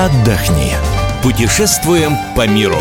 Отдохни. Путешествуем по миру.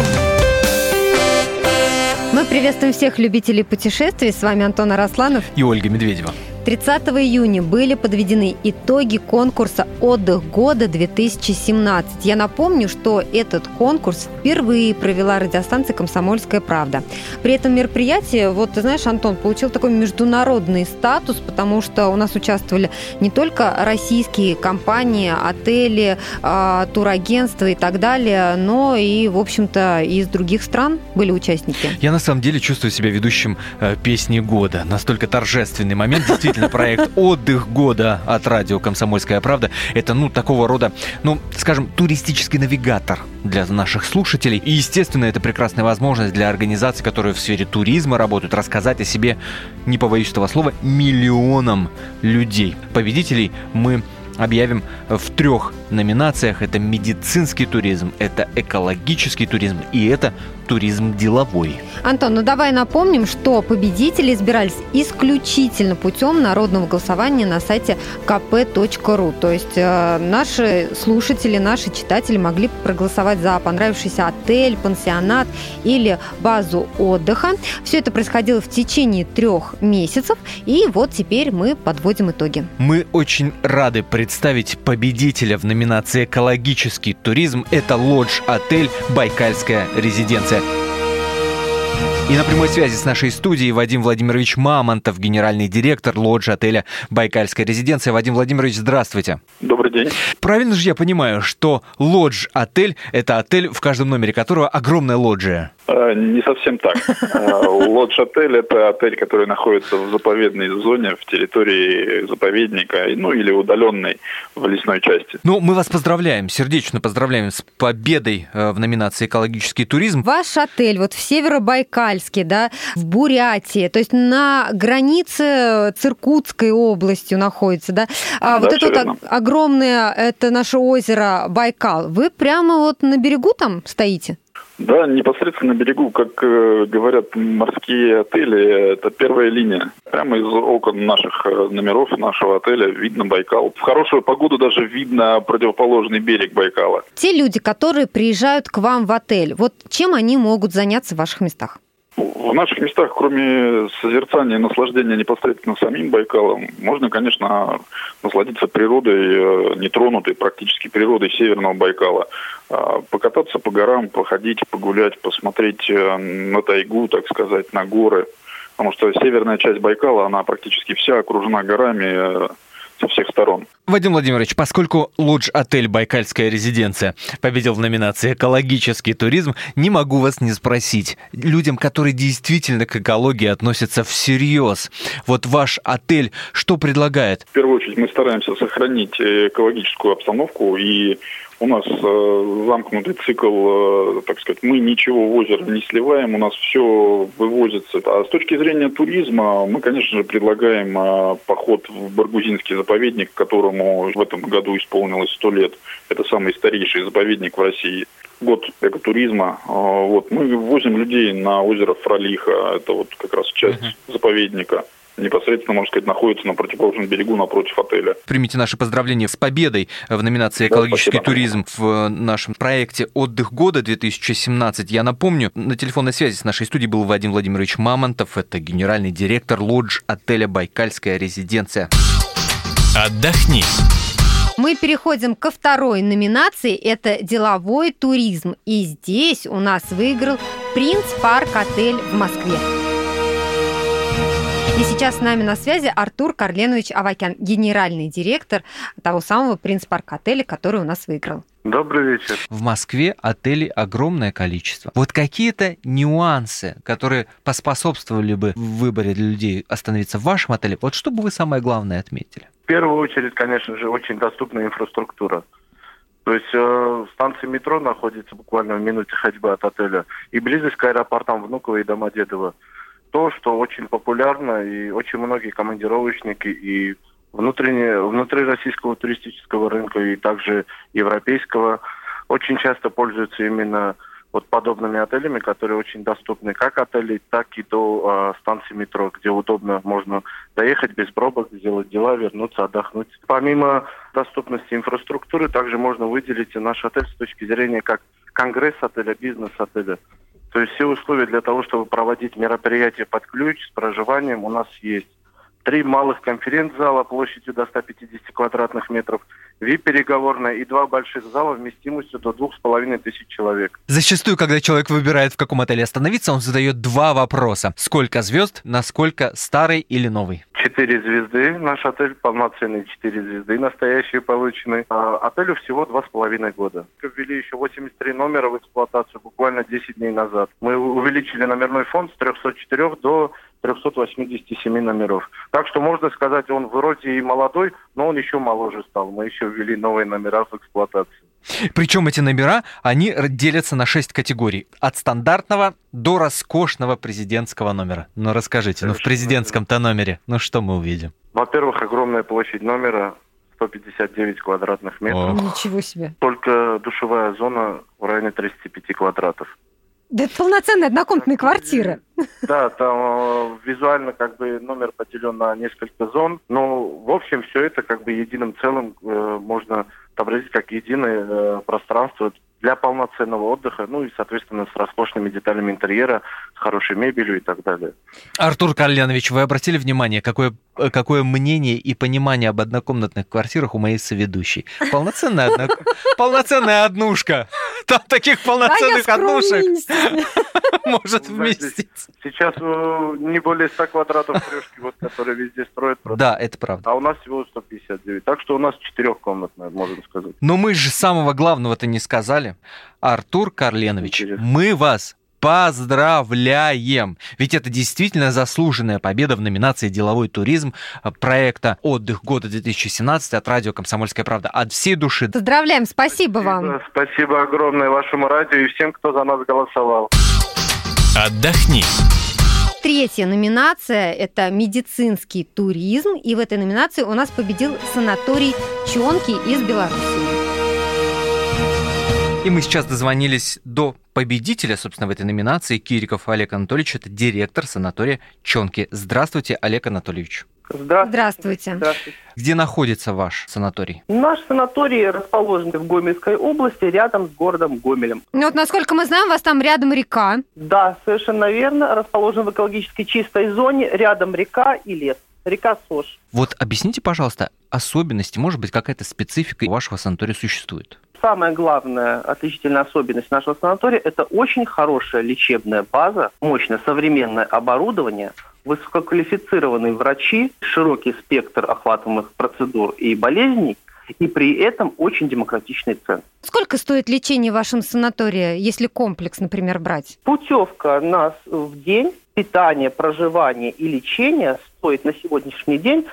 Мы приветствуем всех любителей путешествий. С вами Антон Арасланов и Ольга Медведева. 30 июня были подведены итоги конкурса «Отдых года 2017». Я напомню, что этот конкурс впервые провела радиостанция «Комсомольская правда». При этом мероприятие, ты знаешь, Антон, получил такой международный статус, потому что у нас участвовали не только российские компании, отели, турагентства и так далее, но и, в общем-то, из других стран были участники. Я на самом деле чувствую себя ведущим песни года. Настолько торжественный момент. Действительно, проект «Отдых года» от радио «Комсомольская правда» — это, такого рода, скажем, туристический навигатор для наших слушателей. И, естественно, это прекрасная возможность для организаций, которые в сфере туризма работают, рассказать о себе, не побоюсь этого слова, миллионам людей. Победителей мы объявим в 3 номинациях. Это медицинский туризм, это экологический туризм и это туризм деловой. Антон, давай напомним, что победители избирались исключительно путем народного голосования на сайте kp.ru. То есть наши слушатели, наши читатели могли проголосовать за понравившийся отель, пансионат или базу отдыха. Все это происходило в течение 3 месяцев. И теперь мы подводим итоги. Мы очень рады представить победителя в номинации «Экологический туризм». Это лодж-отель «Байкальская резиденция». И на прямой связи с нашей студией Вадим Владимирович Мамонтов, генеральный директор лодж-отеля «Байкальская резиденция». Вадим Владимирович, здравствуйте. Добрый день. Правильно же я понимаю, что лодж-отель – это отель, в каждом номере которого огромная лоджия? Не совсем так. Лодж-отель – это отель, который находится в заповедной зоне, в территории заповедника, или удаленной в лесной части. Мы вас поздравляем, сердечно поздравляем с победой в номинации «Экологический туризм». Ваш отель в Северобайкальске, в Бурятии, то есть на границе с Иркутской областью находится, да? Это огромное, это наше озеро Байкал. Вы прямо на берегу там стоите? Да, непосредственно на берегу, как говорят морские отели, это первая линия. Прямо из окон наших номеров, нашего отеля видно Байкал. В хорошую погоду даже видно противоположный берег Байкала. Те люди, которые приезжают к вам в отель, чем они могут заняться в ваших местах? В наших местах, кроме созерцания и наслаждения непосредственно самим Байкалом, можно, конечно, насладиться природой, нетронутой практически природой Северного Байкала. Покататься по горам, походить, погулять, посмотреть на тайгу, так сказать, на горы. Потому что северная часть Байкала, она практически вся окружена горами со всех сторон. Вадим Владимирович, поскольку лодж-отель «Байкальская резиденция» победил в номинации «Экологический туризм», не могу вас не спросить. Людям, которые действительно к экологии относятся всерьез, ваш отель что предлагает? В первую очередь мы стараемся сохранить экологическую обстановку, и у нас замкнутый цикл, так сказать, мы ничего в озеро не сливаем, у нас все вывозится. А с точки зрения туризма мы, конечно же, предлагаем поход в Баргузинский заповедник, которому в этом году исполнилось 100 лет. Это самый старейший заповедник в России. Год экотуризма. Мы возим людей на озеро Фролиха, это как раз часть заповедника. Непосредственно, можно сказать, находится на противоположном берегу напротив отеля. Примите наши поздравления с победой в номинации «Экологический туризм» в нашем проекте «Отдых года 2017». Я напомню, на телефонной связи с нашей студией был Вадим Владимирович Мамонтов, это генеральный директор лодж-отеля «Байкальская резиденция». Отдохни. Мы переходим ко 2 номинации, это деловой туризм. И здесь у нас выиграл «Принц Парк Отель» в Москве. И сейчас с нами на связи Артур Карленович Авакян, генеральный директор того самого «Принц Парк Отеля», который у нас выиграл. Добрый вечер. В Москве отелей огромное количество. Какие-то нюансы, которые поспособствовали бы в выборе для людей остановиться в вашем отеле, что бы вы самое главное отметили? В первую очередь, конечно же, очень доступная инфраструктура. То есть станция метро находится буквально в минуте ходьбы от отеля. И близость к аэропортам Внуково и Домодедово. То, что очень популярно, и очень многие командировочники и внутри российского туристического рынка, и также европейского, очень часто пользуются именно вот подобными отелями, которые очень доступны как отели, так и до станции метро, где удобно можно доехать без пробок, сделать дела, вернуться, отдохнуть. Помимо доступности инфраструктуры, также можно выделить наш отель с точки зрения как конгресс-отеля, бизнес-отеля. То есть все условия для того, чтобы проводить мероприятия под ключ с проживанием у нас есть. 3 малых конференц-зала площадью до 150 квадратных метров, VIP-переговорная и 2 больших зала вместимостью до 2500 человек. Зачастую, когда человек выбирает, в каком отеле остановиться, он задает 2 вопроса. Сколько звезд, насколько старый или новый? 4 звезды. Наш отель полноценный 4 звезды, настоящие полученные. А отелю всего 2,5 года. Ввели еще 83 номера в эксплуатацию буквально 10 дней назад. Мы увеличили номерной фонд с 304 до 387 номеров. Так что можно сказать, он вроде и молодой, но он еще моложе стал. Мы еще ввели новые номера в эксплуатацию. Причем эти номера, они делятся на 6 категорий. От стандартного до роскошного президентского номера. Ну расскажите, в президентском-то номере, что мы увидим? Во-первых, огромная площадь номера, 159 квадратных метров. Ничего себе. Только душевая зона в районе 35 квадратов. Да это полноценная однокомнатная квартира. Да, там визуально номер поделен на несколько зон, но в общем все это единым целым можно отобразить как единое пространство для полноценного отдыха, и, соответственно, с роскошными деталями интерьера, с хорошей мебелью и так далее. Артур Карленович, вы обратили внимание, какое мнение и понимание об однокомнатных квартирах у моей соведущей? Полноценная однушка. Там таких полноценных однушек может вместиться. Сейчас не более 100 квадратов трешки, которые везде строят. Да, это правда. А у нас всего 159. Так что у нас 4-комнатная, можно сказать. Но мы же самого главного-то не сказали. Артур Карленович, мы вас поздравляем! Ведь это действительно заслуженная победа в номинации «Деловой туризм» проекта «Отдых года 2017» от радио «Комсомольская правда». От всей души. Поздравляем, спасибо вам. Спасибо огромное вашему радио и всем, кто за нас голосовал. Отдохни. 3-я номинация – это медицинский туризм. И в этой номинации у нас победил санаторий Чонки из Беларуси. И мы сейчас дозвонились до победителя, собственно, в этой номинации. Кириков Олег Анатольевич, это директор санатория Чонки. Здравствуйте, Олег Анатольевич. Здравствуйте. Где находится ваш санаторий? Наш санаторий расположен в Гомельской области, рядом с городом Гомелем. Насколько мы знаем, у вас там рядом река. Да, совершенно верно. Расположен в экологически чистой зоне, рядом река и лес. Река Сош. Объясните, пожалуйста, особенности, может быть, какая-то специфика вашего санатория существует? Самая главная отличительная особенность нашего санатория – это очень хорошая лечебная база, мощное современное оборудование, высококвалифицированные врачи, широкий спектр охватываемых процедур и болезней, и при этом очень демократичный цен. Сколько стоит лечение в вашем санатории, если комплекс, например, брать? Путевка нас в день, питание, проживание и лечение стоит на сегодняшний день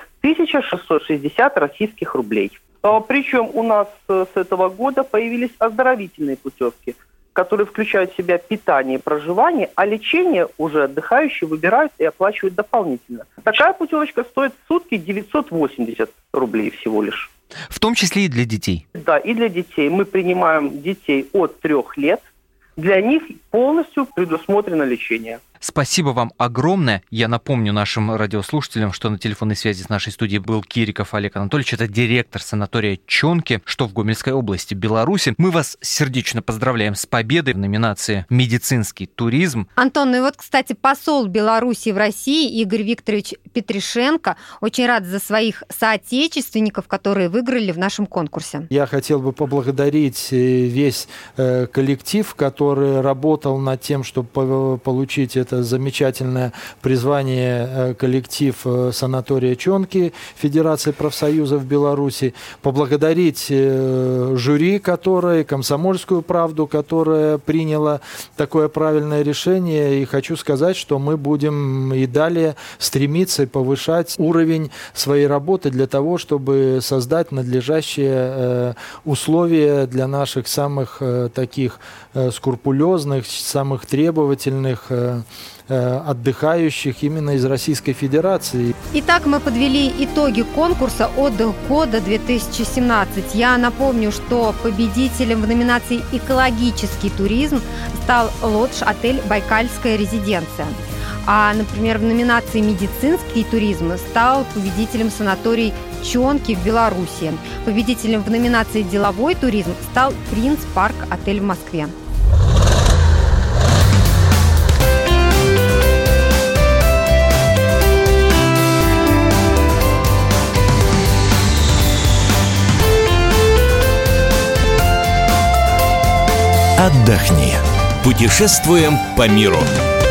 1660 российских рублей. Причем у нас с этого года появились оздоровительные путевки, которые включают в себя питание и проживание, а лечение уже отдыхающие выбирают и оплачивают дополнительно. Такая путевочка стоит в сутки 980 рублей всего лишь. В том числе и для детей? Да, и для детей. Мы принимаем детей от 3 лет. Для них полностью предусмотрено лечение. Спасибо вам огромное. Я напомню нашим радиослушателям, что на телефонной связи с нашей студией был Кириков Олег Анатольевич. Это директор санатория Чонки, что в Гомельской области, Беларуси. Мы вас сердечно поздравляем с победой в номинации «Медицинский туризм». Антон, кстати, посол Беларуси в России Игорь Викторович Петришенко очень рад за своих соотечественников, которые выиграли в нашем конкурсе. Я хотел бы поблагодарить весь коллектив, который работал над тем, чтобы получить это замечательное призвание, коллектив санатория Чонки Федерации профсоюзов Беларуси. Поблагодарить жюри, «Комсомольскую правду», которая приняла такое правильное решение. И хочу сказать, что мы будем и далее стремиться повышать уровень своей работы для того, чтобы создать надлежащие условия для наших самых таких скрупулезных, самых требовательных отдыхающих именно из Российской Федерации. Итак, мы подвели итоги конкурса «Отдых года 2017». Я напомню, что победителем в номинации «Экологический туризм» стал лодж-отель «Байкальская резиденция». А, например, в номинации «Медицинский туризм» стал победителем санаторий Чонки в Беларуси. Победителем в номинации «Деловой туризм» стал «Принц Парк отель» в Москве. Отдохни. Путешествуем по миру.